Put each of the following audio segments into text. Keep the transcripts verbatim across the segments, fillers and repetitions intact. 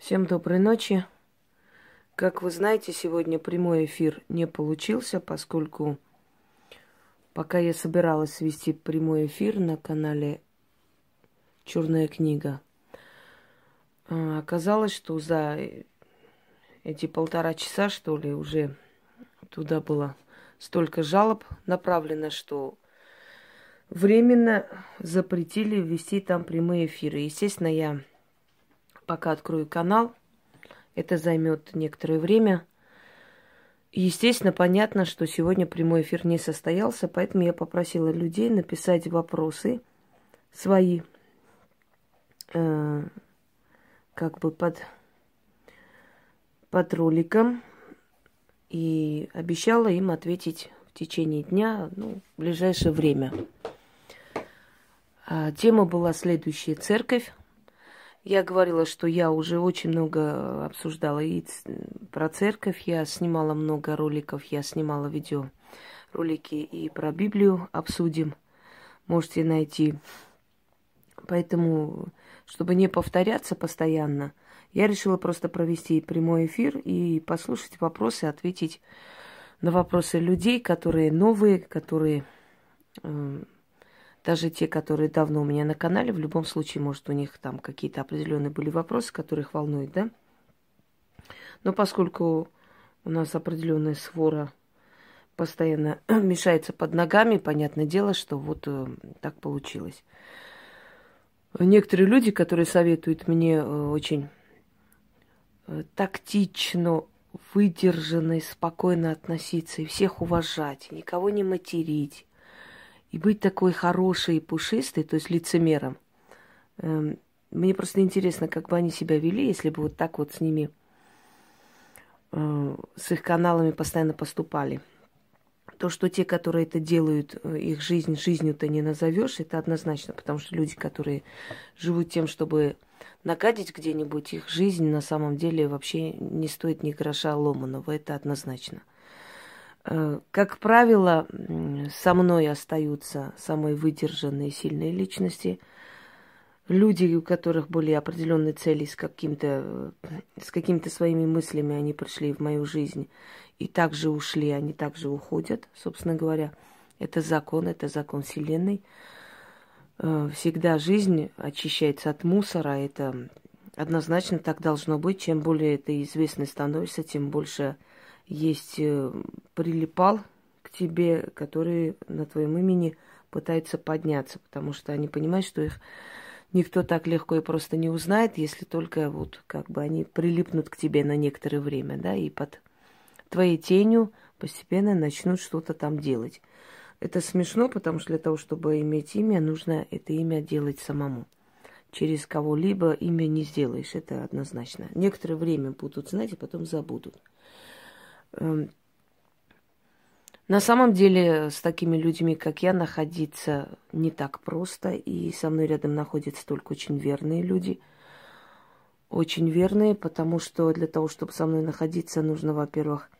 Всем доброй ночи. Как вы знаете, сегодня прямой эфир не получился, поскольку пока я собиралась вести прямой эфир на канале «Черная книга», а, оказалось, что за эти полтора часа, что ли, уже туда было столько жалоб направлено, что временно запретили вести там прямые эфиры. Естественно, я пока открою канал, это займет некоторое время. И, естественно, понятно, что сегодня прямой эфир не состоялся, поэтому я попросила людей написать вопросы свои, э, как бы под, под роликом, и обещала им ответить в течение дня, ну, в ближайшее время. А, тема была следующая: церковь. Я говорила, что я уже очень много обсуждала и про церковь, я снимала много роликов, я снимала видео, ролики и про Библию обсудим. Можете найти. Поэтому, чтобы не повторяться постоянно, я решила просто провести прямой эфир и послушать вопросы, ответить на вопросы людей, которые новые, которые... Даже те, которые давно у меня на канале, в любом случае, может, у них там какие-то определенные были вопросы, которые их волнуют, да? Но поскольку у нас определенная свора постоянно мешается под ногами, понятное дело, что вот э, так получилось. Некоторые люди, которые советуют мне э, очень э, тактично, выдержанно и спокойно относиться, и всех уважать, никого не материть, и быть такой хорошей и пушистой, то есть лицемером. Эм, мне просто интересно, как бы они себя вели, если бы вот так вот с ними, э, с их каналами постоянно поступали. То, что те, которые это делают, их жизнь жизнью-то не назовешь, это однозначно, потому что люди, которые живут тем, чтобы нагадить где-нибудь, их жизнь на самом деле вообще не стоит ни гроша ломаного, это однозначно. Как правило, со мной остаются самые выдержанные, сильные личности. Люди, у которых были определенные цели, с, каким-то, с какими-то своими мыслями они пришли в мою жизнь и также ушли, они также уходят, собственно говоря. Это закон, это закон Вселенной. Всегда жизнь очищается от мусора, это однозначно так должно быть. Чем более ты известный становишься, тем больше... Есть прилипал к тебе, которые на твоем имени пытаются подняться, потому что они понимают, что их никто так легко и просто не узнает, если только вот как бы они прилипнут к тебе на некоторое время, да, и под твоей тенью постепенно начнут что-то там делать. Это смешно, потому что для того, чтобы иметь имя, нужно это имя делать самому. Через кого-либо имя не сделаешь, это однозначно. Некоторое время будут знать, а потом забудут. На самом деле, с такими людьми, как я, находиться не так просто. И со мной рядом находятся только очень верные люди. Очень верные, потому что для того, чтобы со мной находиться, нужно, во-первых,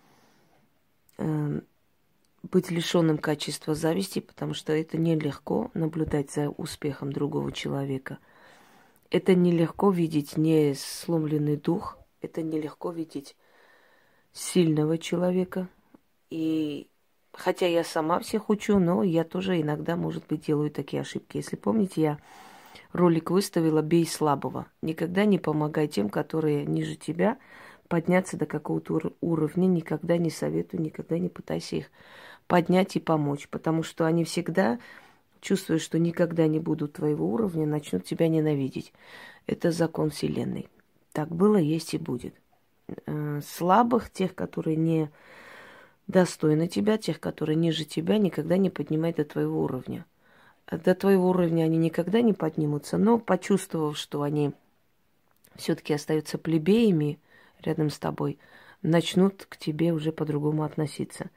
быть лишенным качества зависти, потому что это нелегко наблюдать за успехом другого человека. Это нелегко видеть не сломленный дух, это нелегко видеть сильного человека. И хотя я сама всех учу, но я тоже иногда, может быть, делаю такие ошибки. Если помните, я ролик выставила «Бей слабого». Никогда не помогай тем, которые ниже тебя, подняться до какого-то ур- уровня. Никогда не советую, никогда не пытайся их поднять и помочь. Потому что они всегда, чувствуя, что никогда не будут твоего уровня, начнут тебя ненавидеть. Это закон Вселенной. Так было, есть и будет. Слабых, тех, которые не достойны тебя, тех, которые ниже тебя, никогда не поднимай до твоего уровня. До твоего уровня они никогда не поднимутся, но почувствовав, что они все-таки остаются плебеями рядом с тобой, начнут к тебе уже по-другому относиться.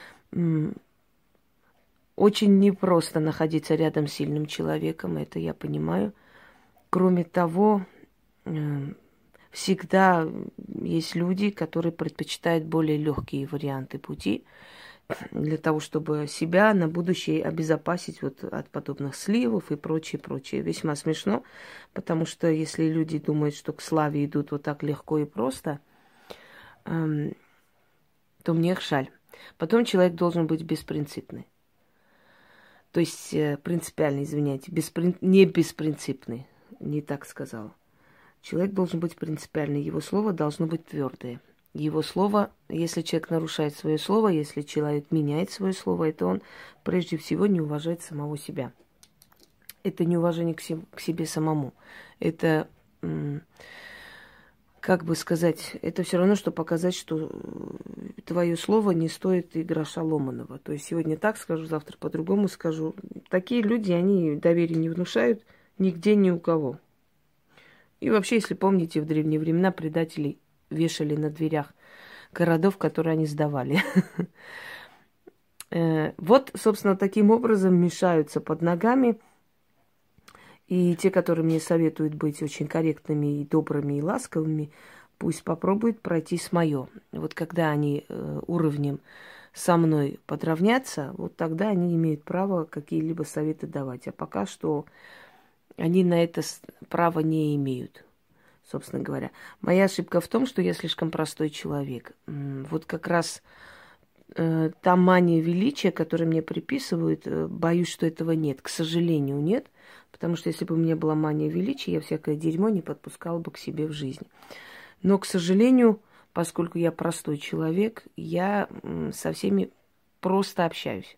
Очень непросто находиться рядом с сильным человеком, это я понимаю. Кроме того, всегда есть люди, которые предпочитают более легкие варианты пути. для того, чтобы себя на будущее обезопасить вот от подобных сливов и прочее, прочее. Весьма смешно, потому что если люди думают, что к славе идут вот так легко и просто, эм, то мне их жаль. Потом человек должен быть беспринципный. То есть э, принципиальный, извиняйте, бесприн... не беспринципный, не так сказала. Человек должен быть принципиальный, его слово должно быть твердое. Его слово, если человек нарушает свое слово, если человек меняет свое слово, это он прежде всего не уважает самого себя. Это неуважение к, се- к себе самому. Это, м- как бы сказать, это все равно, что показать, что твое слово не стоит и гроша ломаного. То есть сегодня так скажу, завтра по-другому скажу. Такие люди, они доверия не внушают нигде, ни у кого. И вообще, если помните, в древние времена предателей вешали на дверях городов, которые они сдавали. Вот, собственно, таким образом мешаются под ногами. И те, которые мне советуют быть очень корректными и добрыми и ласковыми, пусть попробуют пройти с моё. Вот когда они уровнем со мной подравнятся, вот тогда они имеют право какие-либо советы давать. А пока что они на это права не имеют. Собственно говоря. Моя ошибка в том, что я слишком простой человек. Вот как раз э, та мания величия, которую мне приписывают, э, боюсь, что этого нет. К сожалению, нет. Потому что если бы у меня была мания величия, я всякое дерьмо не подпускала бы к себе в жизнь. Но, к сожалению, поскольку я простой человек, я э, со всеми просто общаюсь.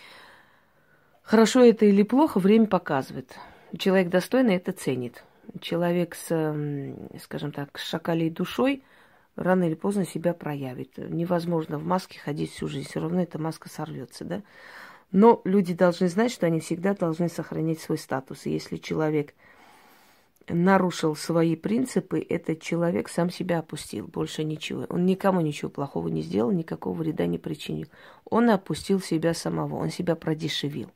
Хорошо это или плохо, время показывает. Человек достойный это ценит. Человек с, скажем так, с шакалей душой рано или поздно себя проявит. Невозможно в маске ходить всю жизнь, все равно эта маска сорвется, да? Но люди должны знать, что они всегда должны сохранять свой статус. И если человек нарушил свои принципы, этот человек сам себя опустил, больше ничего. Он никому ничего плохого не сделал, никакого вреда не причинил. Он опустил себя самого, он себя продешевил.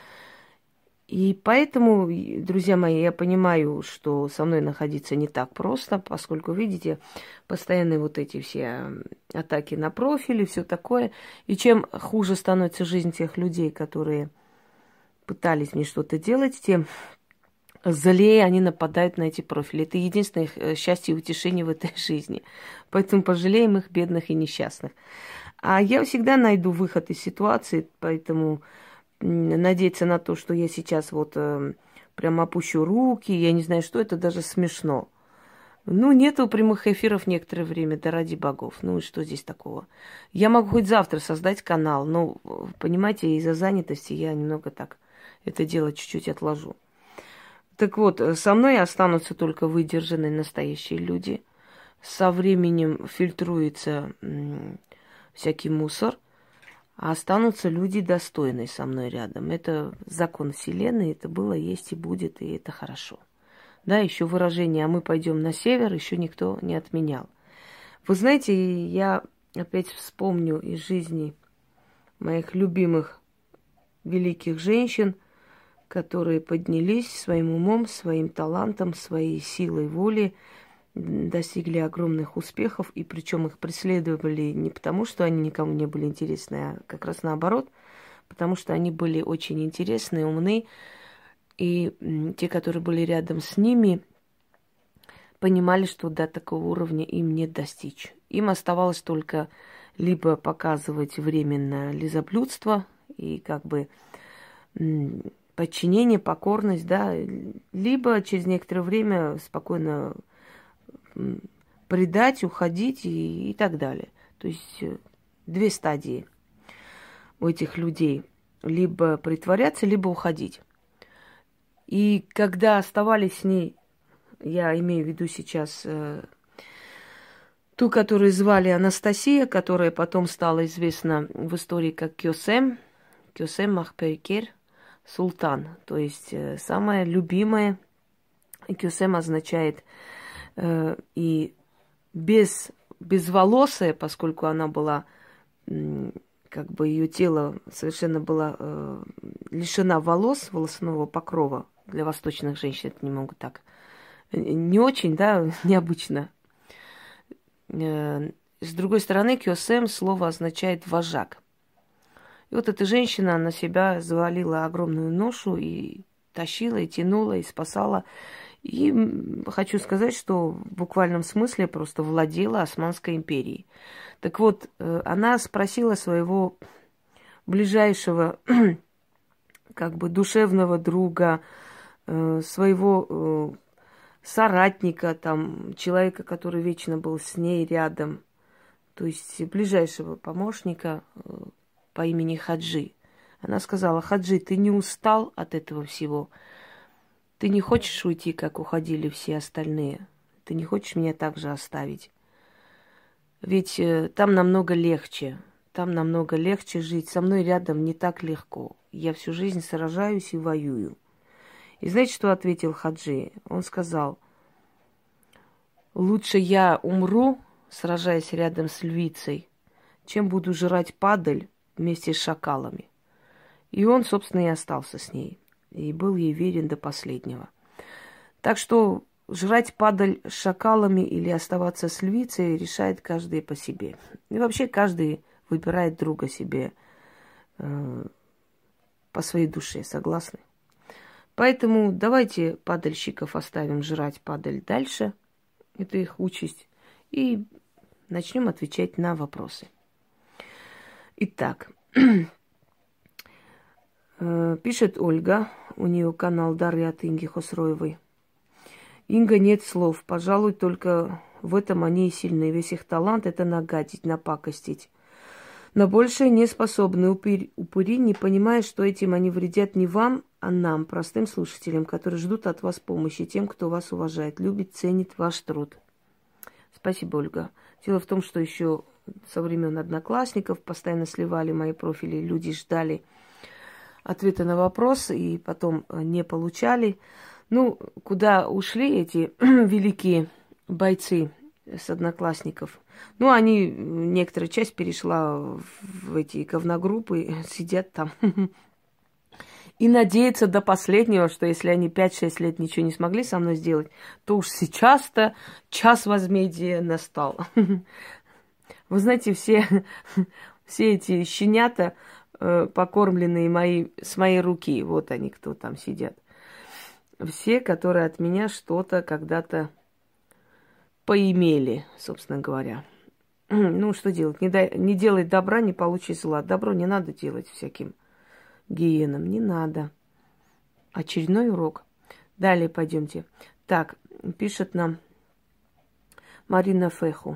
И поэтому, друзья мои, я понимаю, что со мной находиться не так просто, поскольку, видите, постоянные вот эти все атаки на профили, все такое. И чем хуже становится жизнь тех людей, которые пытались мне что-то делать, тем злее они нападают на эти профили. Это единственное их счастье и утешение в этой жизни. Поэтому пожалеем их, бедных и несчастных. А я всегда найду выход из ситуации, поэтому надеяться на то, что я сейчас вот э, прям опущу руки, я не знаю, что это, даже смешно. Ну, нету прямых эфиров некоторое время, да ради богов. Ну, и что здесь такого? Я могу хоть завтра создать канал, но, понимаете, из-за занятости я немного так это дело чуть-чуть отложу. Так вот, со мной останутся только выдержанные настоящие люди. Со временем фильтруется м- всякий мусор. А останутся люди достойные со мной рядом. Это закон Вселенной, это было, есть и будет, и это хорошо. Да, еще выражение «а мы пойдем на север» еще никто не отменял. Вы знаете, я опять вспомню из жизни моих любимых великих женщин, которые поднялись своим умом, своим талантом, своей силой воли, достигли огромных успехов, и причем их преследовали не потому, что они никому не были интересны, а как раз наоборот, потому что они были очень интересны, умны, и те, которые были рядом с ними, понимали, что до такого уровня им не достичь. Им оставалось только либо показывать временное лизоблюдство и как бы подчинение, покорность, да, либо через некоторое время спокойно предать, уходить и, и так далее. То есть две стадии у этих людей. Либо притворяться, либо уходить. И когда оставались с ней, я имею в виду сейчас э, ту, которую звали Анастасия, которая потом стала известна в истории как Кёсем, Кёсем Махперкер, султан. То есть э, самая любимая. Кёсем означает э, и без, безволосая, поскольку она была, как бы ее тело совершенно было э, лишена волос, волосяного покрова. Для восточных женщин это немного так. Не очень, да, необычно. Э, с другой стороны, кёсем слово означает вожак. И вот эта женщина на себя завалила огромную ношу и тащила, и тянула, и спасала. И хочу сказать, что в буквальном смысле просто владела Османской империей. Так вот, она спросила своего ближайшего, как бы душевного друга, своего соратника, там, человека, который вечно был с ней рядом, то есть ближайшего помощника по имени Хаджи. Она сказала: Хаджи, ты не устал от этого всего? Ты не хочешь уйти, как уходили все остальные? Ты не хочешь меня так же оставить? Ведь э, там намного легче. Там намного легче жить. Со мной рядом не так легко. Я всю жизнь сражаюсь и воюю. И знаете, что ответил Хаджи? Он сказал: лучше я умру, сражаясь рядом с львицей, чем буду жрать падаль вместе с шакалами. И он, собственно, и остался с ней. И был ей верен до последнего. Так что жрать падаль с шакалами или оставаться с львицей решает каждый по себе. И вообще каждый выбирает друга себе э, по своей душе, согласны? Поэтому давайте падальщиков оставим жрать падаль дальше. Это их участь. И начнем отвечать на вопросы. Итак, пишет Ольга, у нее канал «Дары от Инги Хосроевой». Инга, нет слов, пожалуй, только в этом они и сильны. Весь их талант – это нагадить, напакостить. Но больше не способны упыри, упыри, не понимая, что этим они вредят не вам, а нам, простым слушателям, которые ждут от вас помощи, тем, кто вас уважает, любит, ценит ваш труд. Спасибо, Ольга. Дело в том, что еще со времен одноклассников постоянно сливали мои профили, люди ждали ответы на вопросы и потом не получали. Ну, куда ушли эти великие бойцы с одноклассников? Ну, они, некоторая часть перешла в эти говногруппы, сидят там и надеются до последнего, что если они пять-шесть лет ничего не смогли со мной сделать, то уж сейчас-то час возмездия настал. Вы знаете, все, все эти щенята, покормленные мои, с моей руки, вот они кто там сидят. Все, которые от меня что-то когда-то поимели, собственно говоря. Ну, что делать? Не, дай, не делай добра, не получи зла. Добро не надо делать всяким гиенам, не надо. Очередной урок. Далее пойдемте. Так, пишет нам Марина Феху.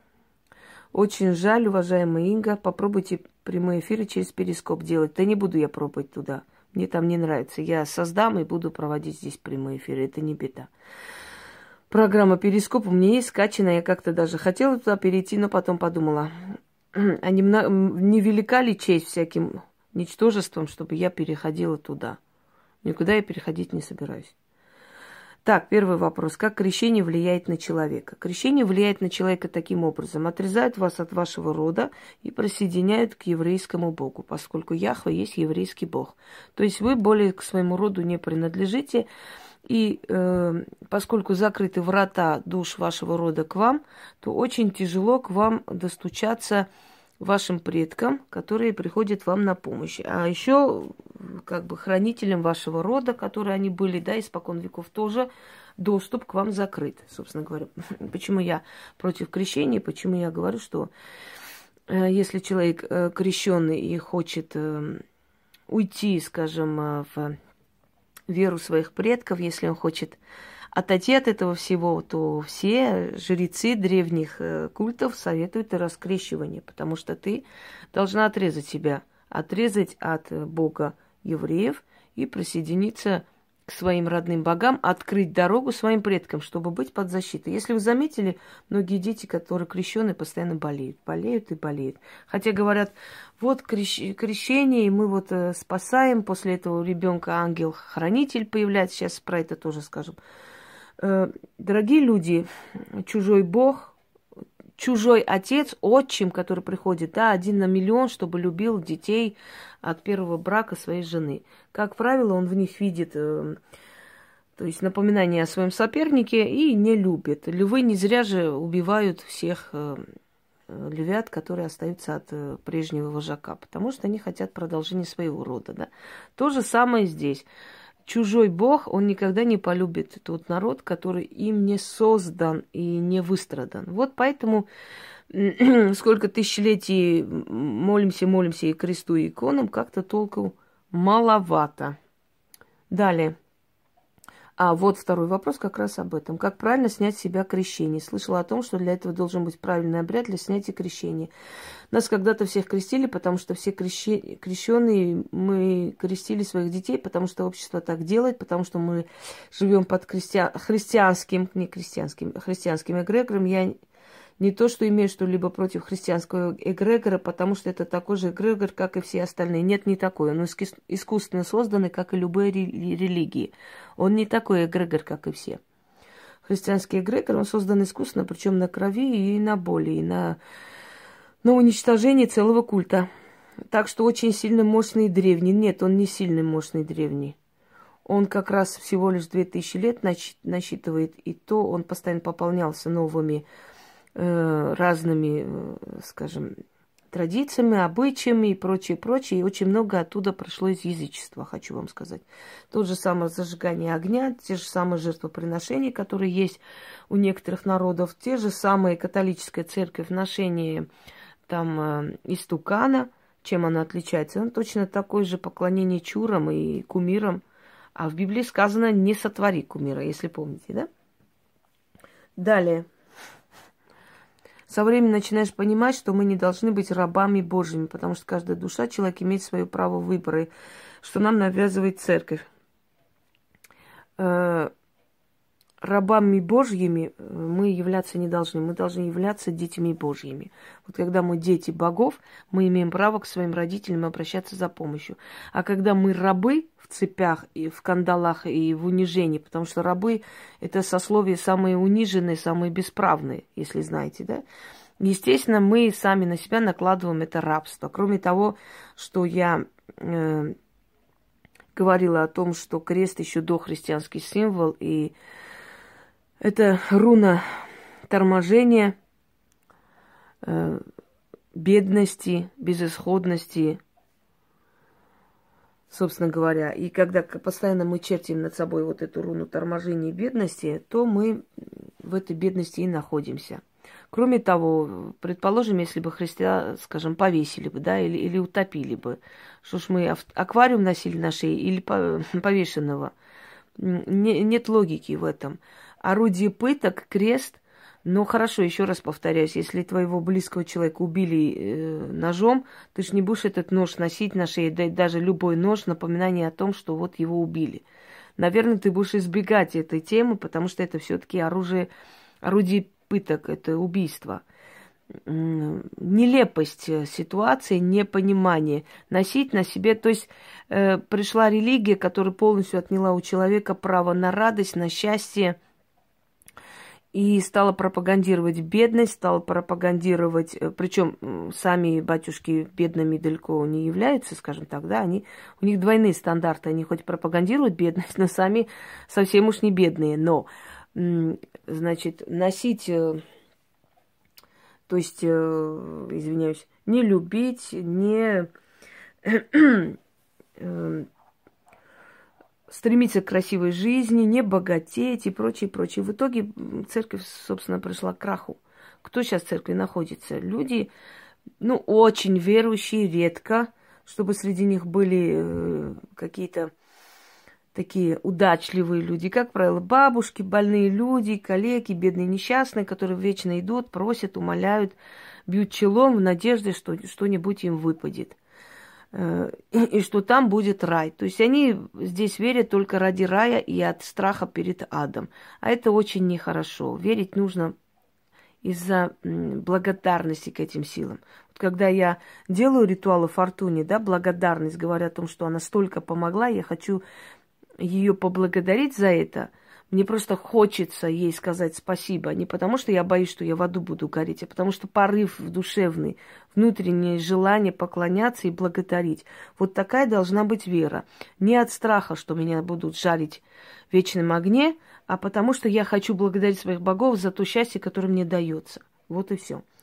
Очень жаль, уважаемая Инга, попробуйте прямые эфиры через Перископ делать. Да не буду я пробовать туда. Мне там не нравится. Я создам и буду проводить здесь прямые эфиры. Это не беда. Программа Перископ у меня есть скачана. Я как-то даже хотела туда перейти, но потом подумала, а не, не велика ли честь всяким ничтожеством, чтобы я переходила туда? Никуда я переходить не собираюсь. Так, первый вопрос. Как крещение влияет на человека? Крещение влияет на человека таким образом. Отрезают вас от вашего рода и присоединяют к еврейскому богу, поскольку Яхве есть еврейский бог. То есть вы более к своему роду не принадлежите. И э, поскольку закрыты врата душ вашего рода к вам, то очень тяжело к вам достучаться вашим предкам, которые приходят вам на помощь. А еще как бы хранителям вашего рода, которые они были, да, испокон веков, тоже доступ к вам закрыт, собственно говоря. Почему я против крещения, почему я говорю, что э, если человек э, крещенный и хочет э, уйти, скажем, э, в веру своих предков, если он хочет отойти от этого всего, то все жрецы древних культов советуют раскрещивание, потому что ты должна отрезать себя, отрезать от Бога евреев и присоединиться к своим родным богам, открыть дорогу своим предкам, чтобы быть под защитой. Если вы заметили, многие дети, которые крещены, постоянно болеют, болеют и болеют. Хотя говорят, вот крещ... крещение, и мы вот э, спасаем, после этого ребенка ангел-хранитель появляется, сейчас про это тоже скажем. Э, дорогие люди, чужой бог, чужой отец, отчим, который приходит, да, один на миллион, чтобы любил детей от первого брака своей жены. Как правило, он в них видит, э, то есть напоминание о своем сопернике и не любит. Львы не зря же убивают всех э, львят, которые остаются от э, прежнего вожака, потому что они хотят продолжения своего рода, да. То же самое здесь. Чужой бог, он никогда не полюбит тот народ, который им не создан и не выстрадан. Вот поэтому сколько тысячелетий молимся, молимся и кресту, и иконам, как-то толку маловато. Далее. А вот второй вопрос как раз об этом. Как правильно снять с себя крещение? Слышала о том, что для этого должен быть правильный обряд для снятия крещения. Нас когда-то всех крестили, потому что все крещи... крещенные, мы крестили своих детей, потому что общество так делает, потому что мы живем под христиан... христианским, не крестьянским, христианским эгрегором. Я не то, что имею что-либо против христианского эгрегора, потому что это такой же эгрегор, как и все остальные. Нет, не такой. Он искусственно созданный, как и любые религии. Он не такой эгрегор, как и все. Христианский эгрегор, он создан искусственно, причем на крови и на боли, и на, на уничтожении целого культа. Так что очень сильно мощный и древний. Нет, он не сильный, мощный и древний. Он как раз всего лишь две тысячи лет насчитывает, и то он постоянно пополнялся новыми разными, скажем, традициями, обычаями и прочее, прочее. И очень много оттуда прошло из язычества, хочу вам сказать. То же самое зажигание огня, те же самые жертвоприношения, которые есть у некоторых народов, те же самые католическая церковь, ношение там истукана, чем она отличается. Он точно такое же поклонение чурам и кумирам. А в Библии сказано «не сотвори кумира», если помните, да? Далее. Со временем начинаешь понимать, что мы не должны быть рабами Божьими, потому что каждая душа, человек имеет свое право выбора, что нам навязывает церковь. Рабами Божьими мы являться не должны. Мы должны являться детьми Божьими. Вот когда мы дети богов, мы имеем право к своим родителям обращаться за помощью. А когда мы рабы в цепях, и в кандалах, и в унижении, потому что рабы – это сословие самые униженные, самые бесправные, если знаете, да? Естественно, мы сами на себя накладываем это рабство. Кроме того, что я э, говорила о том, что крест еще дохристианский символ, и это руна торможения, э, бедности, безысходности, собственно говоря. И когда постоянно мы чертим над собой вот эту руну торможения и бедности, то мы в этой бедности и находимся. Кроме того, предположим, если бы Христа, скажем, повесили бы, да, или, или утопили бы, что ж мы аквариум носили на шее или повешенного. Не, нет логики в этом. Орудие пыток, крест. Но хорошо, еще раз повторяюсь, если твоего близкого человека убили э, ножом, ты же не будешь этот нож носить на шее, да и даже любой нож, напоминание о том, что вот его убили. Наверное, ты будешь избегать этой темы, потому что это все-таки оружие, орудие пыток, это убийство. Нелепость ситуации, непонимание. Носить на себе, то есть э, пришла религия, которая полностью отняла у человека право на радость, на счастье, и стала пропагандировать бедность, стала пропагандировать, причем сами батюшки бедными далеко не являются, скажем так, да, они, у них двойные стандарты, они хоть пропагандируют бедность, но сами совсем уж не бедные, но, значит, носить, то есть, извиняюсь, не любить, не стремиться к красивой жизни, не богатеть и прочее, прочее. В итоге церковь, собственно, пришла к краху. Кто сейчас в церкви находится? Люди, ну, очень верующие, редко, чтобы среди них были э, какие-то такие удачливые люди. Как правило, бабушки, больные люди, калеки, бедные несчастные, которые вечно идут, просят, умоляют, бьют челом в надежде, что что-нибудь им выпадет. И что там будет рай. То есть они здесь верят только ради рая и от страха перед адом. А это очень нехорошо. Верить нужно из-за благодарности к этим силам. Вот когда я делаю ритуалы фортуне, да, благодарность, говоря о том, что она столько помогла, я хочу ее поблагодарить за это. Мне просто хочется ей сказать спасибо. Не потому, что я боюсь, что я в аду буду гореть, а потому что порыв душевный, внутреннее желание поклоняться и благодарить. Вот такая должна быть вера. Не от страха, что меня будут жарить в вечном огне, а потому что я хочу благодарить своих богов за то счастье, которое мне дается. Вот и все.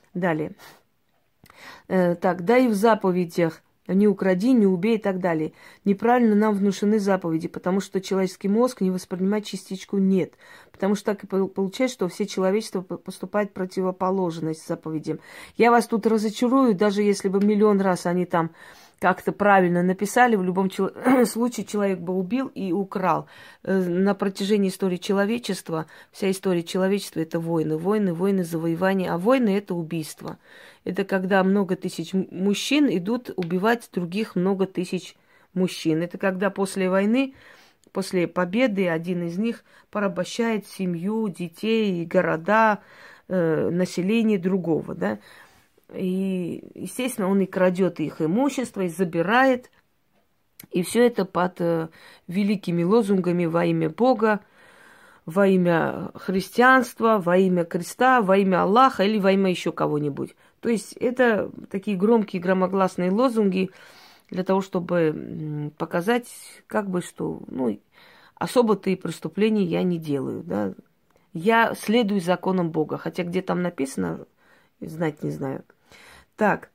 Далее. Э, так, да и в заповедях не укради, не убей и так далее. Неправильно нам внушены заповеди, потому что человеческий мозг не воспринимает частичку «нет». Потому что так и получается, что все человечество поступает противоположность заповедям. Я вас тут разочарую, даже если бы миллион раз они там как-то правильно написали, в любом чел... случае человек бы убил и украл. На протяжении истории человечества, вся история человечества – это войны, войны, войны, завоевания, а войны – это убийство. Это когда много тысяч мужчин идут убивать других много тысяч мужчин. Это когда после войны, после победы один из них порабощает семью, детей, города, э, население другого, да. И, естественно, он и крадет их имущество, и забирает. И все это под э, великими лозунгами во имя Бога, во имя христианства, во имя креста, во имя Аллаха или во имя еще кого-нибудь. То есть это такие громкие, громогласные лозунги для того, чтобы показать, как бы, что ну, особо-то и преступлений я не делаю. Да? Я следую законам Бога, хотя где там написано, знать не знаю. Так,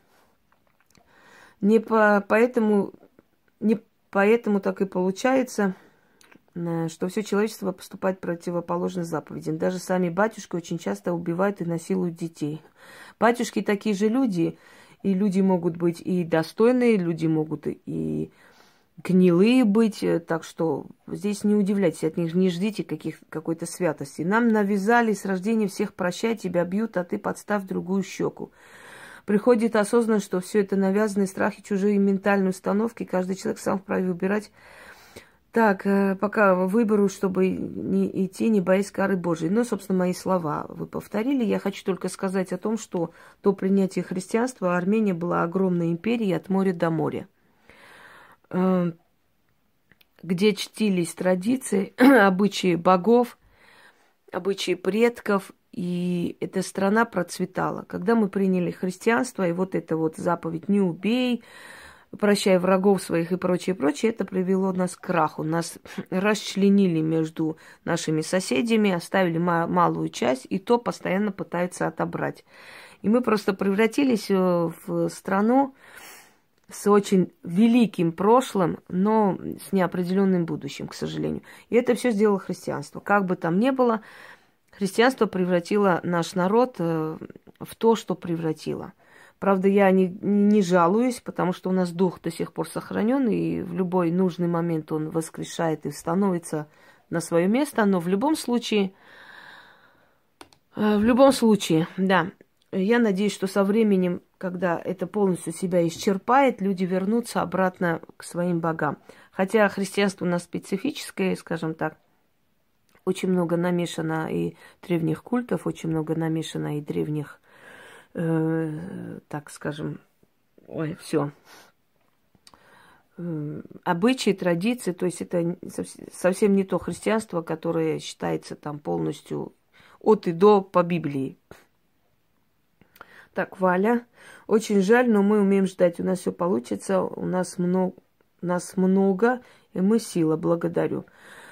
не по, поэтому, не поэтому так и получается, что все человечество поступает противоположно заповедям. Даже сами батюшки очень часто убивают и насилуют детей. Батюшки такие же люди, и люди могут быть и достойные, люди могут и гнилые быть, так что здесь не удивляйтесь, от них не ждите каких, какой-то святости. Нам навязали с рождения всех прощай, тебя бьют, а ты подставь другую щеку. Приходит осознанность, что все это навязанные страхи, чужие ментальные установки, каждый человек сам вправе выбирать. Так, пока выберу, чтобы не идти, не боясь кары Божией. Но, собственно, мои слова вы повторили. Я хочу только сказать о том, что до принятия христианства Армения была огромной империей от моря до моря, где чтились традиции, обычаи богов, обычаи предков, и эта страна процветала. Когда мы приняли христианство, и вот эта вот заповедь «не убей», «прощай врагов своих» и прочее, прочее, это привело нас к краху. Нас расчленили между нашими соседями, оставили малую часть, и то постоянно пытаются отобрать. И мы просто превратились в страну с очень великим прошлым, но с неопределенным будущим, к сожалению. И это все сделало христианство. Как бы там ни было, христианство превратило наш народ в то, что превратило. Правда, я не, не жалуюсь, потому что у нас дух до сих пор сохранен, и в любой нужный момент он воскрешает и становится на свое место. Но в любом случае, в любом случае, да, я надеюсь, что со временем, когда это полностью себя исчерпает, люди вернутся обратно к своим богам. Хотя христианство у нас специфическое, скажем так, очень много намешано и древних культов, очень много намешано и древних, э, так скажем, ой, все, э, обычаи, традиции. То есть это совсем не то христианство, которое считается там полностью от и до по Библии. Так, Валя, очень жаль, но мы умеем ждать. У нас все получится, у нас много, нас много, и мы сила. Благодарю.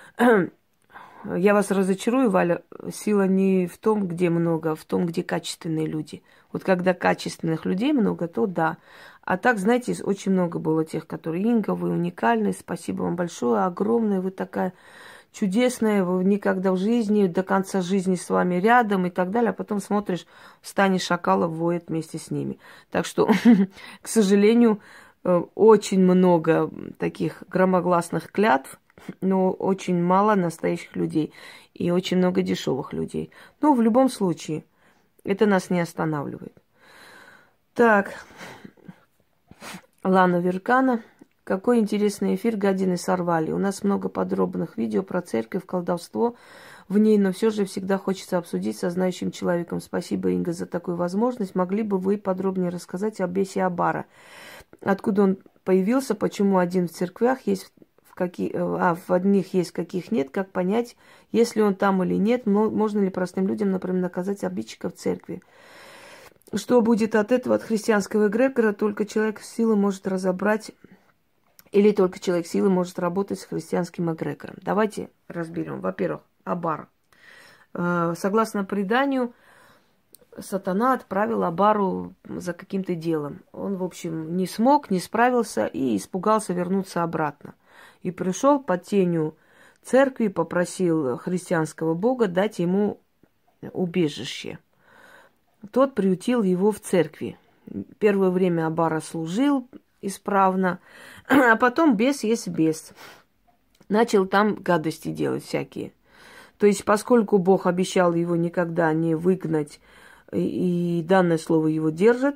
Я вас разочарую, Валя, сила не в том, где много, а в том, где качественные люди. Вот когда качественных людей много, то да. А так, знаете, очень много было тех, которые: Инга, вы уникальны, спасибо вам большое, огромное, вы такая чудесная, вы никогда в жизни, до конца жизни с вами рядом и так далее. А потом смотришь, в стане шакалов воет вместе с ними. Так что, к сожалению, очень много таких громогласных клятв, но очень мало настоящих людей и очень много дешевых людей. Но в любом случае, это нас не останавливает. Так, Лана Веркана. Какой интересный эфир, гадины сорвали. У нас много подробных видео про церковь, колдовство в ней, но все же всегда хочется обсудить со знающим человеком. Спасибо, Инга, за такую возможность. Могли бы вы подробнее рассказать о бесе Абара? Откуда он появился, почему один в церквях есть, в каких, а в одних есть, в каких нет, как понять, есть ли он там или нет, можно ли простым людям, например, наказать обидчиков в церкви? Что будет от этого, от христианского эгрегора? Только человек силы может разобрать, или только человек силы может работать с христианским эгрегором. Давайте разберем. Во-первых, Абар. Согласно преданию, сатана отправил Абару за каким-то делом. Он, в общем, не смог, не справился и испугался вернуться обратно. И пришел под тенью церкви, попросил христианского бога дать ему убежище. Тот приютил его в церкви. Первое время Абара служил исправно, а потом бес есть бес. Начал там гадости делать всякие. То есть, поскольку Бог обещал его никогда не выгнать, и, и данное слово его держит,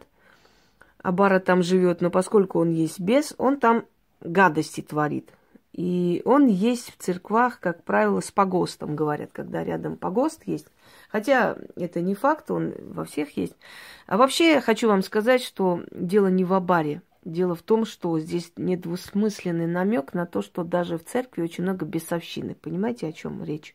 Абара там живет, но поскольку он есть бес, он там гадости творит. И он есть в церквах, как правило, с погостом, говорят, когда рядом погост есть. Хотя это не факт, он во всех есть. А вообще я хочу вам сказать, что дело не в Абаре. Дело в том, что здесь недвусмысленный намек на то, что даже в церкви очень много бесовщины. Понимаете, о чем речь?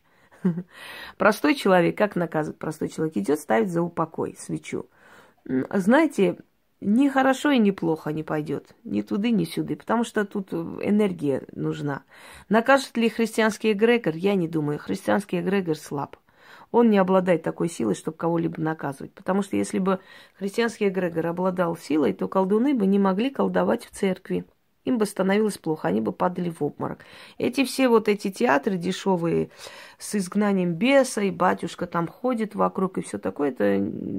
Простой человек, как наказывает простой человек, идет ставить за упокой свечу. Знаете, ни хорошо и ни плохо не пойдет. Ни туды, ни сюда. Потому что тут энергия нужна. Накажет ли христианский эгрегор? Я не думаю. Христианский эгрегор слаб. Он не обладает такой силой, чтобы кого-либо наказывать. Потому что если бы христианский эгрегор обладал силой, то колдуны бы не могли колдовать в церкви. Им бы становилось плохо, они бы падали в обморок. Эти все вот эти театры дешевые с изгнанием беса, и батюшка там ходит вокруг, и все такое, это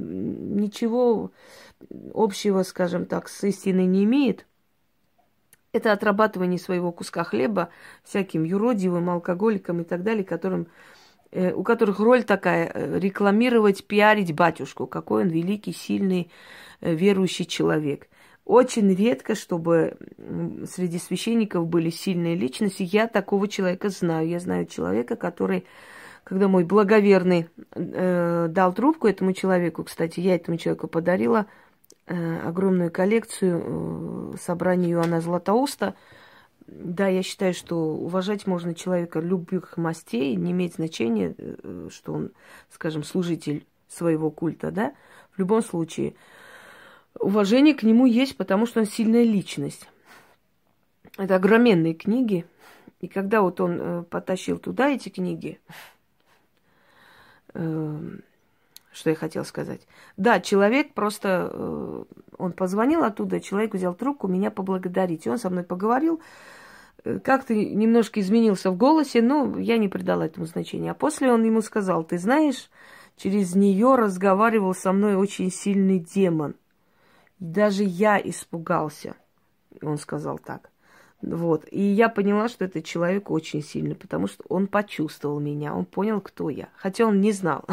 ничего общего, скажем так, с истиной не имеет. Это отрабатывание своего куска хлеба всяким юродивым, алкоголикам и так далее, которым, э, у которых роль такая – рекламировать, пиарить батюшку, какой он великий, сильный, э, верующий человек. Очень редко, чтобы среди священников были сильные личности. Я такого человека знаю. Я знаю человека, который, когда мой благоверный э, дал трубку этому человеку, кстати, я этому человеку подарила э, огромную коллекцию э, собраний Иоанна Златоуста. Да, я считаю, что уважать можно человека любых мастей, не имеет значения, э, что он, скажем, служитель своего культа, да, в любом случае. Уважение к нему есть, потому что он сильная личность. Это огроменные книги. И когда вот он э, потащил туда эти книги, э, что я хотела сказать? Да, человек просто, э, он позвонил оттуда, человек взял трубку меня поблагодарить. И он со мной поговорил, э, как-то немножко изменился в голосе, но я не придала этому значения. А после он ему сказал: ты знаешь, через нее разговаривал со мной очень сильный демон. Даже я испугался, он сказал так. Вот. И я поняла, что этот человек очень сильный, потому что он почувствовал меня, он понял, кто я. Хотя он не знал.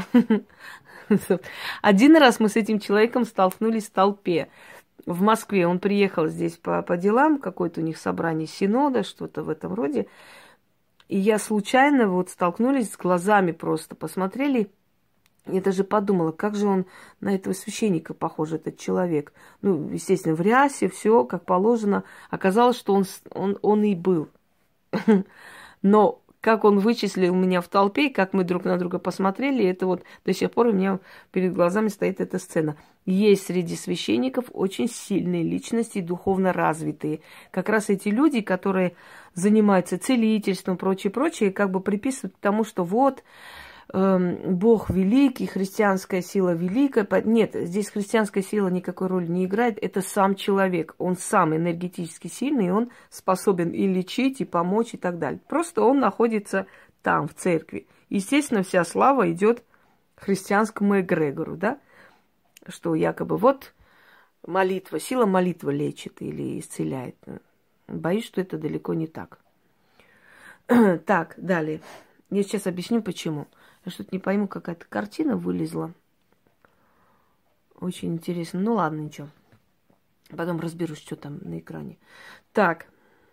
Один раз мы с этим человеком столкнулись в толпе. В Москве он приехал здесь по, по делам, какое-то у них собрание синода, что-то в этом роде. И я случайно вот столкнулись с глазами просто, посмотрели. Я даже подумала, как же он на этого священника похож, этот человек. Ну, естественно, в рясе, все как положено. Оказалось, что он, он, он и был. Но как он вычислил меня в толпе, как мы друг на друга посмотрели, это вот до сих пор у меня перед глазами стоит эта сцена. Есть среди священников очень сильные личности, духовно развитые. Как раз эти люди, которые занимаются целительством, прочее, прочее, как бы приписывают к тому, что вот... Бог великий, христианская сила великая. Нет, здесь христианская сила никакой роли не играет. Это сам человек. Он сам энергетически сильный, и он способен и лечить, и помочь, и так далее. Просто он находится там, в церкви. Естественно, вся слава идет христианскому эгрегору, да? Что якобы вот молитва, сила молитвы лечит или исцеляет. Боюсь, что это далеко не так. Так, далее. Я сейчас объясню, почему. Я что-то не пойму, какая-то картина вылезла. Очень интересно. Ну ладно, ничего. Потом разберусь, что там на экране. Так.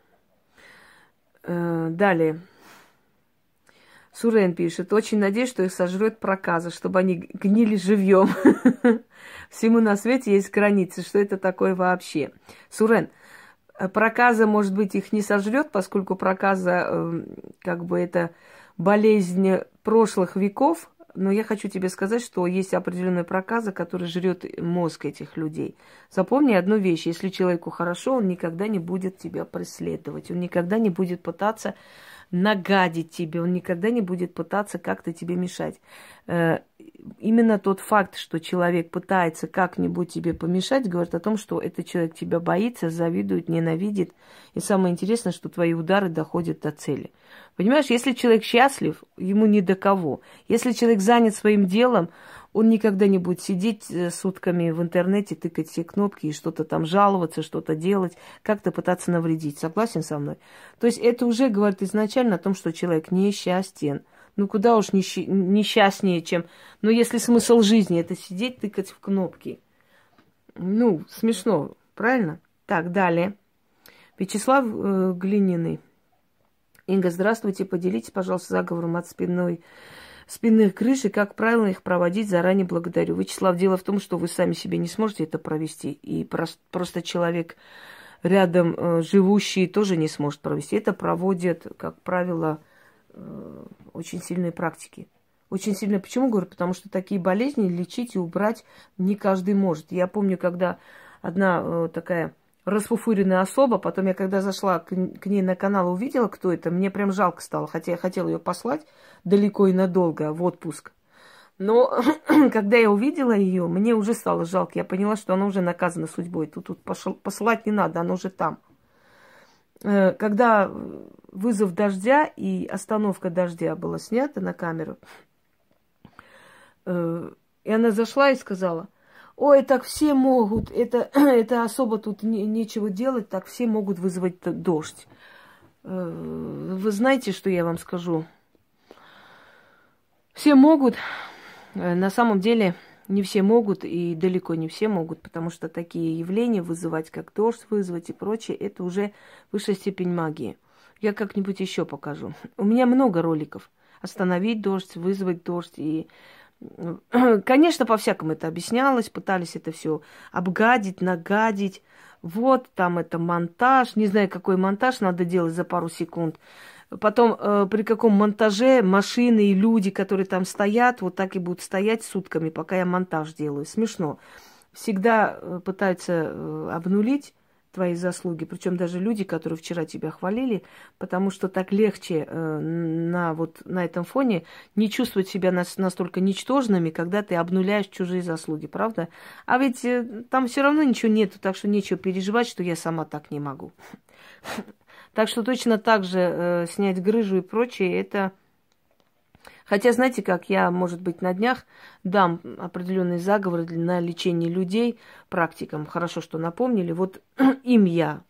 Э, далее. Сурен пишет. Очень надеюсь, что их сожрет проказа, чтобы они гнили живьем. Всему на свете есть границы. Что это такое вообще? Сурен, проказа, может быть, их не сожрет, поскольку проказа, э, как бы это... болезнь прошлых веков, но я хочу тебе сказать, что есть определенная проказа, которая жрет мозг этих людей. Запомни одну вещь: если человеку хорошо, он никогда не будет тебя преследовать, он никогда не будет пытаться нагадить тебе, он никогда не будет пытаться как-то тебе мешать. Именно тот факт, что человек пытается как-нибудь тебе помешать, говорит о том, что этот человек тебя боится, завидует, ненавидит. И самое интересное, что твои удары доходят до цели. Понимаешь, если человек счастлив, ему ни до кого. Если человек занят своим делом, он никогда не будет сидеть сутками в интернете, тыкать все кнопки и что-то там жаловаться, что-то делать, как-то пытаться навредить. Согласен со мной? То есть это уже говорит изначально о том, что человек несчастен. Ну, куда уж несч... несчастнее, чем... Ну, если смысл жизни – это сидеть, тыкать в кнопки. Ну, смешно, правильно? Так, далее. Вячеслав э, Глининый. Инга, здравствуйте. Поделитесь, пожалуйста, заговором от спинной, спинных крыш и как правильно их проводить. Заранее благодарю. Вячеслав, дело в том, что вы сами себе не сможете это провести. И прос... просто человек рядом э, живущий тоже не сможет провести. Это проводят, как правило, очень сильные практики. Очень сильно. Почему говорю? Потому что такие болезни лечить и убрать не каждый может. Я помню, когда одна э, такая расфуфыренная особа, потом я когда зашла к, к ней на канал, увидела, кто это, мне прям жалко стало. Хотя я хотела ее послать далеко и надолго в отпуск. Но когда я увидела ее, мне уже стало жалко. Я поняла, что она уже наказана судьбой. Тут, тут пошел, посылать не надо, она уже там. Когда вызов дождя и остановка дождя была снята на камеру, и она зашла и сказала: ой, так все могут, это, это особо тут не, нечего делать, так все могут вызвать дождь. Вы знаете, что я вам скажу? Все могут, на самом деле не все могут, и далеко не все могут, потому что такие явления вызывать, как дождь вызвать и прочее, это уже высшая степень магии. Я как-нибудь еще покажу. У меня много роликов. Остановить дождь, вызвать дождь. И, конечно, по-всякому это объяснялось, пытались это все обгадить, нагадить. Вот там это монтаж. Не знаю, какой монтаж надо делать за пару секунд. Потом, э, при каком монтаже машины и люди, которые там стоят, вот так и будут стоять сутками, пока я монтаж делаю. Смешно. Всегда э, пытаются э, обнулить твои заслуги, причем даже люди, которые вчера тебя хвалили, потому что так легче э, на, вот, на этом фоне не чувствовать себя нас, настолько ничтожными, когда ты обнуляешь чужие заслуги, правда? А ведь э, там все равно ничего нету, так что нечего переживать, что я сама так не могу. Так что точно так же э, снять грыжу и прочее, это... Хотя, знаете как, я, может быть, на днях дам определенные заговоры на лечение людей практикам. Хорошо, что напомнили. Вот им я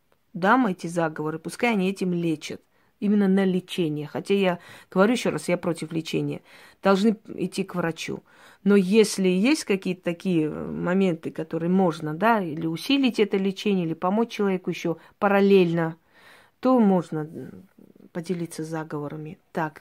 дам эти заговоры, пускай они этим лечат. Именно на лечение. Хотя я говорю еще раз, я против лечения. Должны идти к врачу. Но если есть какие-то такие моменты, которые можно, да, или усилить это лечение, или помочь человеку еще параллельно, то можно поделиться заговорами. Так,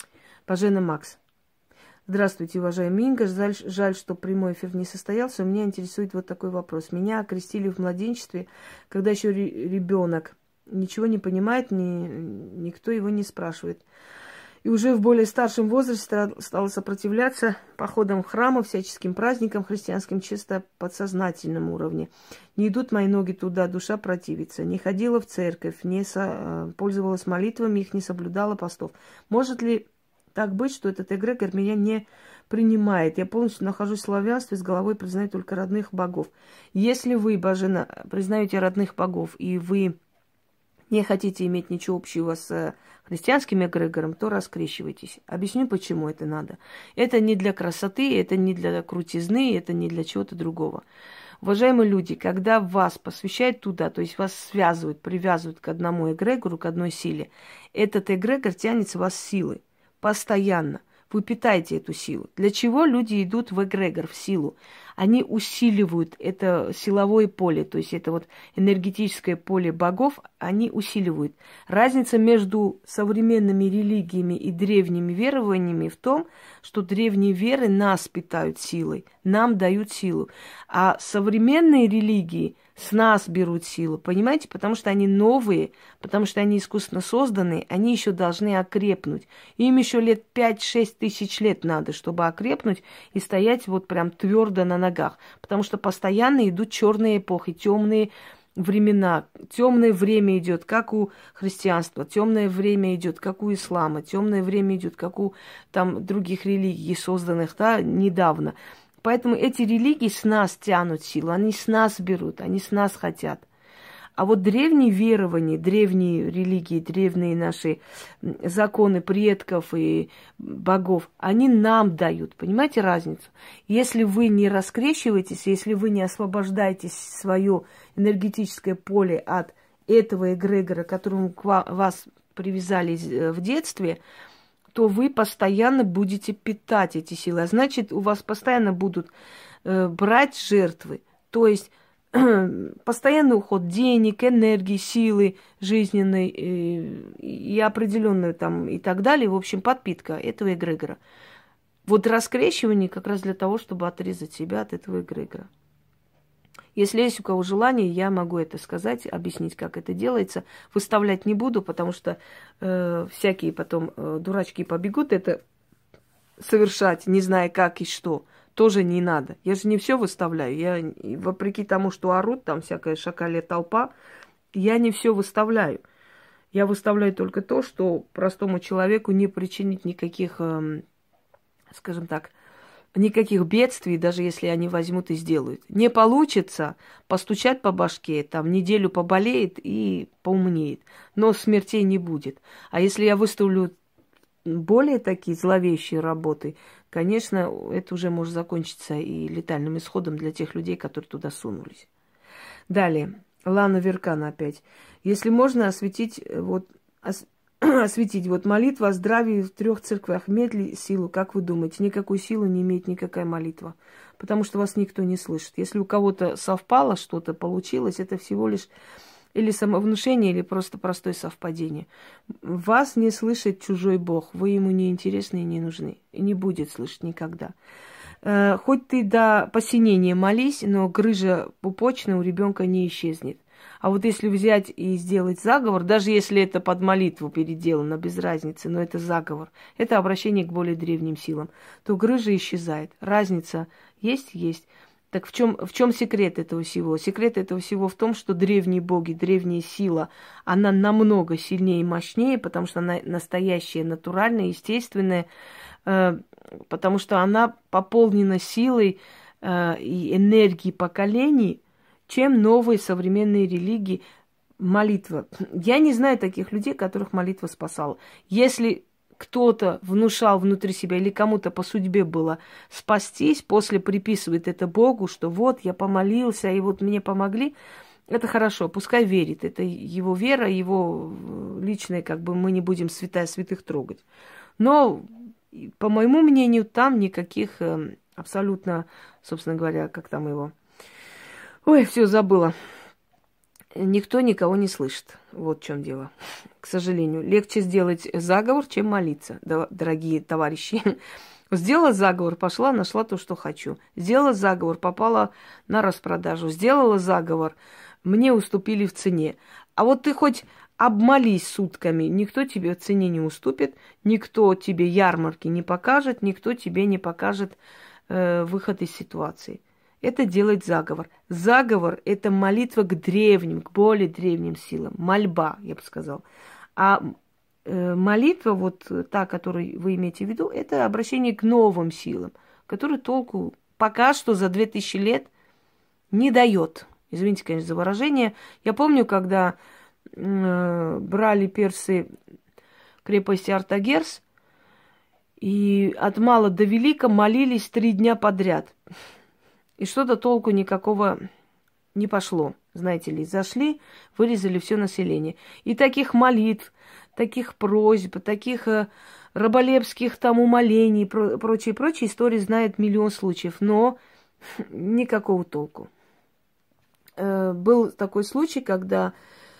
Бажена Макс. Здравствуйте, уважаемый Инга. Жаль, жаль, что прямой эфир не состоялся. Меня интересует вот такой вопрос. Меня окрестили в младенчестве, когда еще ребенок ничего не понимает, ни, никто его не спрашивает. И уже в более старшем возрасте стала сопротивляться походам в храмы, всяческим праздникам христианским, чисто подсознательном уровне. Не идут мои ноги туда, душа противится. Не ходила в церковь, не со... пользовалась молитвами, их не соблюдала постов. Может ли так быть, что этот эгрегор меня не принимает? Я полностью нахожусь в славянстве, с головой признаю только родных богов. Если вы, Бажена, признаете родных богов, и вы не хотите иметь ничего общего с христианским эгрегором, то раскрещивайтесь. Объясню, почему это надо. Это не для красоты, это не для крутизны, это не для чего-то другого. Уважаемые люди, когда вас посвящают туда, то есть вас связывают, привязывают к одному эгрегору, к одной силе, этот эгрегор тянет с вас силой постоянно. Вы питаете эту силу. Для чего люди идут в эгрегор, в силу? Они усиливают это силовое поле, то есть это вот энергетическое поле богов, они усиливают. Разница между современными религиями и древними верованиями в том, что древние веры нас питают силой, нам дают силу. А современные религии с нас берут силу, понимаете? Потому что они новые, потому что они искусственно созданы, они еще должны окрепнуть. Им еще лет пять-шесть тысяч лет надо, чтобы окрепнуть и стоять вот прям твердо на ногах. Потому что постоянно идут черные эпохи, темные времена, темное время идет, как у христианства, темное время идет, как у ислама, темное время идет, как у там других религий, созданных, да, недавно. Поэтому эти религии с нас тянут силу, они с нас берут, они с нас хотят. А вот древние верования, древние религии, древние наши законы предков и богов, они нам дают. Понимаете разницу? Если вы не раскрещиваетесь, если вы не освобождаете свое энергетическое поле от этого эгрегора, к которому вас привязали в детстве, то вы постоянно будете питать эти силы. А значит, у вас постоянно будут э, брать жертвы. То есть постоянный уход денег, энергии, силы жизненной и, и определенную там и так далее. В общем, подпитка этого эгрегора. Вот раскрещивание как раз для того, чтобы отрезать себя от этого эгрегора. Если есть у кого желание, я могу это сказать, объяснить, как это делается. Выставлять не буду, потому что э, всякие потом э, дурачки побегут это совершать, не зная как и что. Тоже не надо. Я же не все выставляю. Я, вопреки тому, что орут, там всякая шакале толпа, я не все выставляю. Я выставляю только то, что простому человеку не причинит никаких, э, скажем так, никаких бедствий, даже если они возьмут и сделают. Не получится постучать по башке, там неделю поболеет и поумнеет. Но смертей не будет. А если я выставлю более такие зловещие работы, конечно, это уже может закончиться и летальным исходом для тех людей, которые туда сунулись. Далее. Лана Веркана опять. Если можно осветить, вот, ос, осветить, вот молитва о здравии в трех церквях имеет ли силу, как вы думаете? Никакую силу не имеет никакая молитва, потому что вас никто не слышит. Если у кого-то совпало, что-то получилось, это всего лишь или самовнушение, или просто простое совпадение. Вас не слышит чужой Бог, вы ему не интересны и не нужны. И не будет слышать никогда. Э, хоть ты до посинения молись, но грыжа пупочная у ребенка не исчезнет. А вот если взять и сделать заговор, даже если это под молитву переделано, без разницы, но это заговор, это обращение к более древним силам, то грыжа исчезает. Разница есть? Есть. Так в чем, в чем секрет этого всего? Секрет этого всего в том, что древние боги, древняя сила, она намного сильнее и мощнее, потому что она настоящая, натуральная, естественная, э, потому что она пополнена силой э, и энергией поколений, чем новые современные религии, молитва. Я не знаю таких людей, которых молитва спасала. Если кто-то внушал внутри себя или кому-то по судьбе было спастись, после приписывает это Богу, что вот я помолился, и вот мне помогли, это хорошо, пускай верит. Это его вера, его личная, как бы мы не будем святая святых трогать. Но, по моему мнению, там никаких абсолютно, собственно говоря, как там его... Ой, все забыла. Никто никого не слышит. Вот в чем дело. К сожалению. Легче сделать заговор, чем молиться, дорогие товарищи. Сделала заговор, пошла, нашла то, что хочу. Сделала заговор, попала на распродажу. Сделала заговор, мне уступили в цене. А вот ты хоть обмолись сутками, никто тебе в цене не уступит, никто тебе ярмарки не покажет, никто тебе не покажет э, выход из ситуации. Это делает заговор. Заговор – это молитва к древним, к более древним силам. Мольба, я бы сказала. А э, молитва, вот та, которую вы имеете в виду, это обращение к новым силам, которые толку пока что за две тысячи лет не дает. Извините, конечно, за выражение. Я помню, когда э, брали персы крепость Артагерс, и от мала до велика молились три дня подряд. И что-то толку никакого не пошло. Знаете ли, зашли, вырезали все население. И таких молитв, таких просьб, таких э, раболепских там умолений, про, прочие, прочие истории знает миллион случаев. Но никакого толку. Э, был такой случай, когда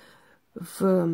в,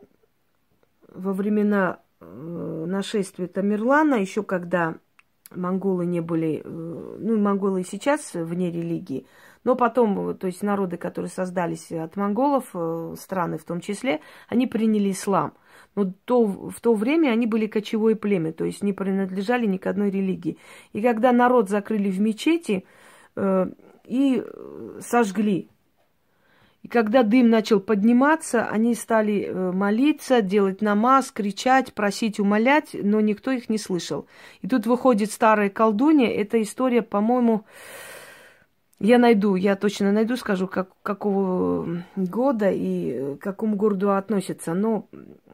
во времена э, нашествия Тамерлана, еще когда... Монголы не были, ну, монголы и сейчас вне религии, но потом, то есть народы, которые создались от монголов, страны в том числе, они приняли ислам. Но то, в то время они были кочевое племя, то есть не принадлежали ни к одной религии. И когда народ закрыли в мечети э, и сожгли, И когда дым начал подниматься, они стали молиться, делать намаз, кричать, просить, умолять, но никто их не слышал. И тут выходит старая колдунья. Эта история, по-моему, я найду, я точно найду, скажу, как, какого года и к какому городу относится. Но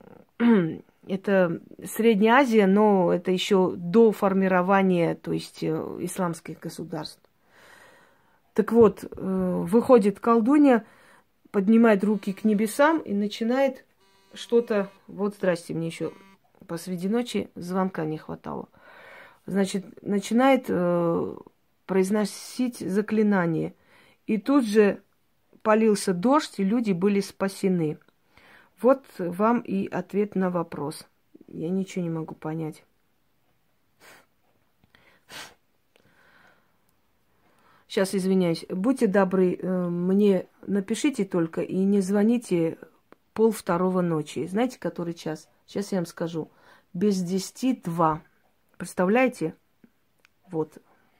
это Средняя Азия, но это еще до формирования, то есть исламских государств. Так вот, выходит колдунья, поднимает руки к небесам и начинает что-то... Вот, здрасте, мне еще посреди ночи звонка не хватало. Значит, начинает э, произносить заклинание. И тут же полился дождь, и люди были спасены. Вот вам и ответ на вопрос. Я ничего не могу понять. Сейчас, извиняюсь. Будьте добры, мне напишите только и не звоните пол второго ночи. Знаете, который час? Сейчас я вам скажу. Без десяти два. Представляете? Вот.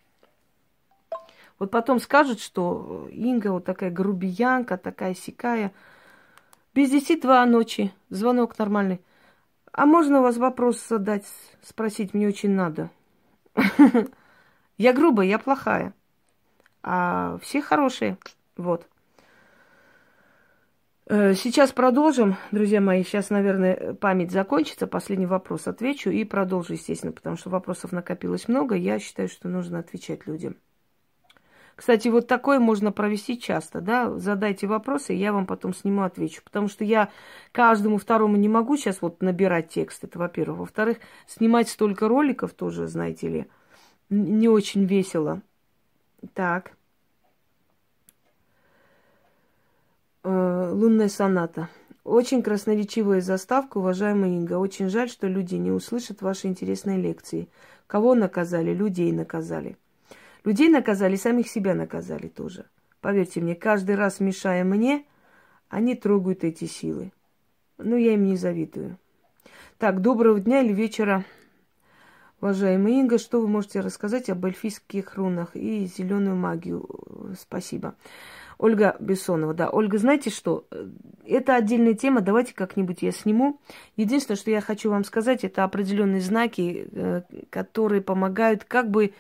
Вот потом скажут, что Инга вот такая грубиянка, такая сякая. Без десяти два ночи. Звонок нормальный. А можно у вас вопрос задать, спросить? Мне очень надо. Я грубая, я плохая. А все хорошие. Вот. Сейчас продолжим, друзья мои. Сейчас, наверное, память закончится. Последний вопрос отвечу и продолжу, естественно, потому что вопросов накопилось много. Я считаю, что нужно отвечать людям. Кстати, вот такое можно провести часто, да? Задайте вопросы, и я вам потом сниму, отвечу. Потому что я каждому второму не могу сейчас вот набирать текст. Это, во-первых. Во-вторых, снимать столько роликов тоже, знаете ли, не очень весело. Так. Лунная соната. Очень красноречивая заставка, уважаемая Инга. Очень жаль, что люди не услышат ваши интересные лекции. Кого наказали? Людей наказали. Людей наказали, самих себя наказали тоже. Поверьте мне, каждый раз, мешая мне, они трогают эти силы. Ну, я им не завидую. Так, доброго дня или вечера, уважаемая Инга. Что вы можете рассказать об эльфийских рунах и зеленую магию? Спасибо. Ольга Бессонова, да. Ольга, знаете что? Это отдельная тема, давайте как-нибудь я сниму. Единственное, что я хочу вам сказать, это определенные знаки, которые помогают как бы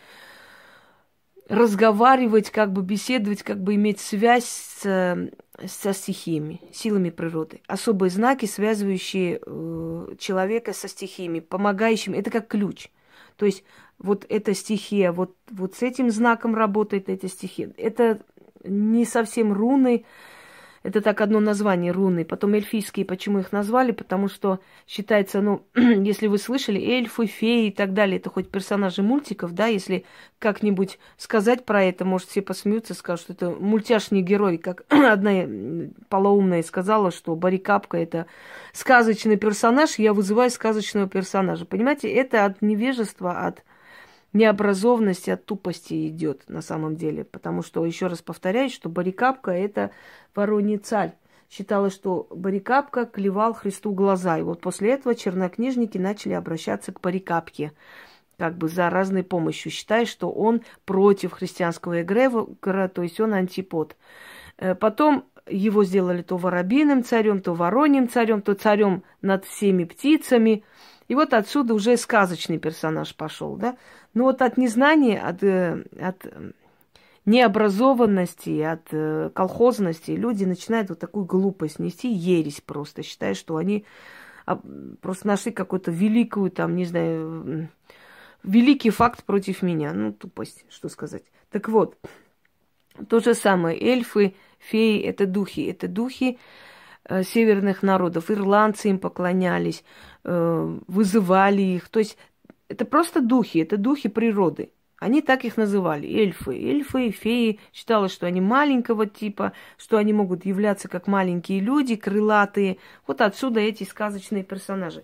разговаривать, как бы беседовать, как бы иметь связь с, со стихиями, силами природы. Особые знаки, связывающие э, человека со стихиями, помогающими. Это как ключ. То есть вот эта стихия, вот, вот с этим знаком работает эта стихия. Это не совсем руны, это так одно название руны. Потом эльфийские, почему их назвали? Потому что считается, ну, если вы слышали, эльфы, феи и так далее, это хоть персонажи мультиков, да, если как-нибудь сказать про это, может, все посмеются, скажут, что это мультяшный герой, как одна полоумная сказала, что Барикапка это сказочный персонаж, я вызываю сказочного персонажа. Понимаете, это от невежества, от необразованности, от тупости идет на самом деле. Потому что, еще раз повторяю, что Барикапка это вороний царь. Считалось, что Барикапка клевал Христу глаза. И вот после этого чернокнижники начали обращаться к Барикапке, как бы за разной помощью, считая, что он против христианского эгрегора, то есть он антипод. Потом его сделали то воробьиным царем, то вороньим царем, то царем над всеми птицами. И вот отсюда уже сказочный персонаж пошел, да. Но вот от незнания, от, от необразованности, от колхозности люди начинают вот такую глупость нести, ересь просто, считая, что они просто нашли какую-то великую, там, не знаю, великий факт против меня. Ну, тупость, что сказать. Так вот, то же самое. Эльфы, феи – это духи. Это духи э, северных народов. Ирландцы им поклонялись, э, вызывали их. То есть это просто духи, это духи природы. Они так их называли, эльфы. Эльфы, феи. Считалось, что они маленького типа, что они могут являться как маленькие люди, крылатые. Вот отсюда эти сказочные персонажи.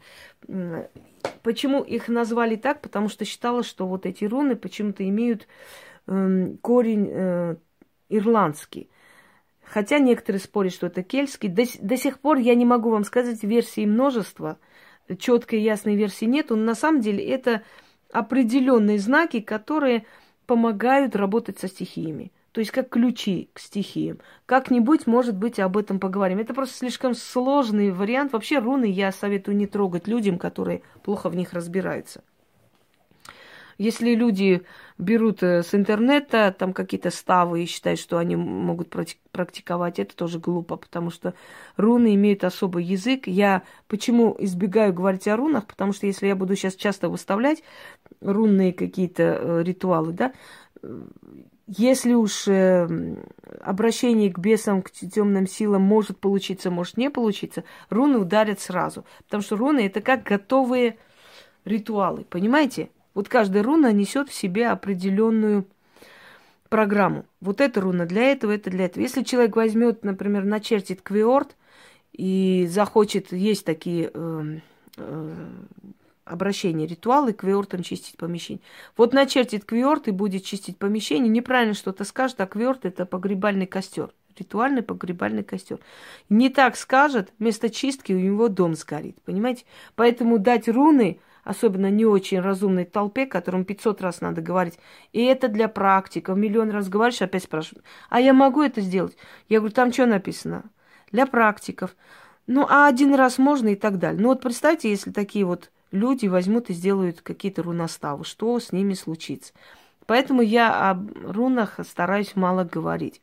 Почему их назвали так? Потому что считалось, что вот эти руны почему-то имеют э, корень э, ирландский. Хотя некоторые спорят, что это кельтский. До, до сих пор я не могу вам сказать, версий множество. Четкой ясной версии нету. Но на самом деле это определенные знаки, которые помогают работать со стихиями. То есть как ключи к стихиям. Как-нибудь, может быть, об этом поговорим. Это просто слишком сложный вариант. Вообще руны я советую не трогать людям, которые плохо в них разбираются. Если люди берут с интернета там какие-то ставы и считают, что они могут практиковать, это тоже глупо, потому что руны имеют особый язык. Я почему избегаю говорить о рунах? Потому что если я буду сейчас часто выставлять рунные какие-то ритуалы, да, если уж обращение к бесам, к темным силам может получиться, может не получиться, руны ударят сразу. Потому что руны это как готовые ритуалы, понимаете? Вот каждая руна несет в себе определенную программу. Вот эта руна для этого, это для этого. Если человек возьмет, например, начертит квиорд и захочет, есть такие э, э, обращения, ритуалы, квиортом чистить помещение. Вот начертит квиорд и будет чистить помещение, неправильно что-то скажет, а квиорд это погребальный костер. Ритуальный погребальный костер. Не так скажет, вместо чистки у него дом сгорит, понимаете? Поэтому дать руны, особенно не очень разумной толпе, которым пятьсот раз надо говорить, и это для практиков. Миллион раз говоришь, опять спрашивают, а я могу это сделать? Я говорю, там что написано? Для практиков. Ну, а один раз можно и так далее. Ну, вот представьте, если такие вот люди возьмут и сделают какие-то руноставы, что с ними случится? Поэтому я о рунах стараюсь мало говорить.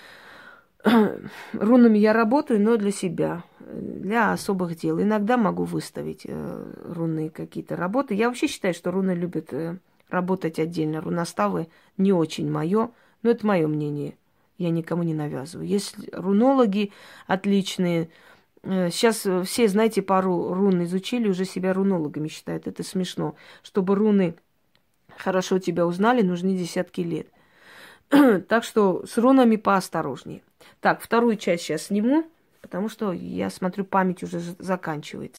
Рунами я работаю, но для себя, для особых дел. Иногда могу выставить э, рунные какие-то работы. Я вообще считаю, что руны любят э, работать отдельно. Руноставы не очень мое, но это мое мнение. Я никому не навязываю. Есть рунологи отличные. Э, сейчас все, знаете, пару рун изучили, уже себя рунологами считают. Это смешно. Чтобы руны хорошо тебя узнали, нужны десятки лет. Так что с рунами поосторожнее. Так, вторую часть сейчас сниму, потому что, я смотрю, память уже заканчивается.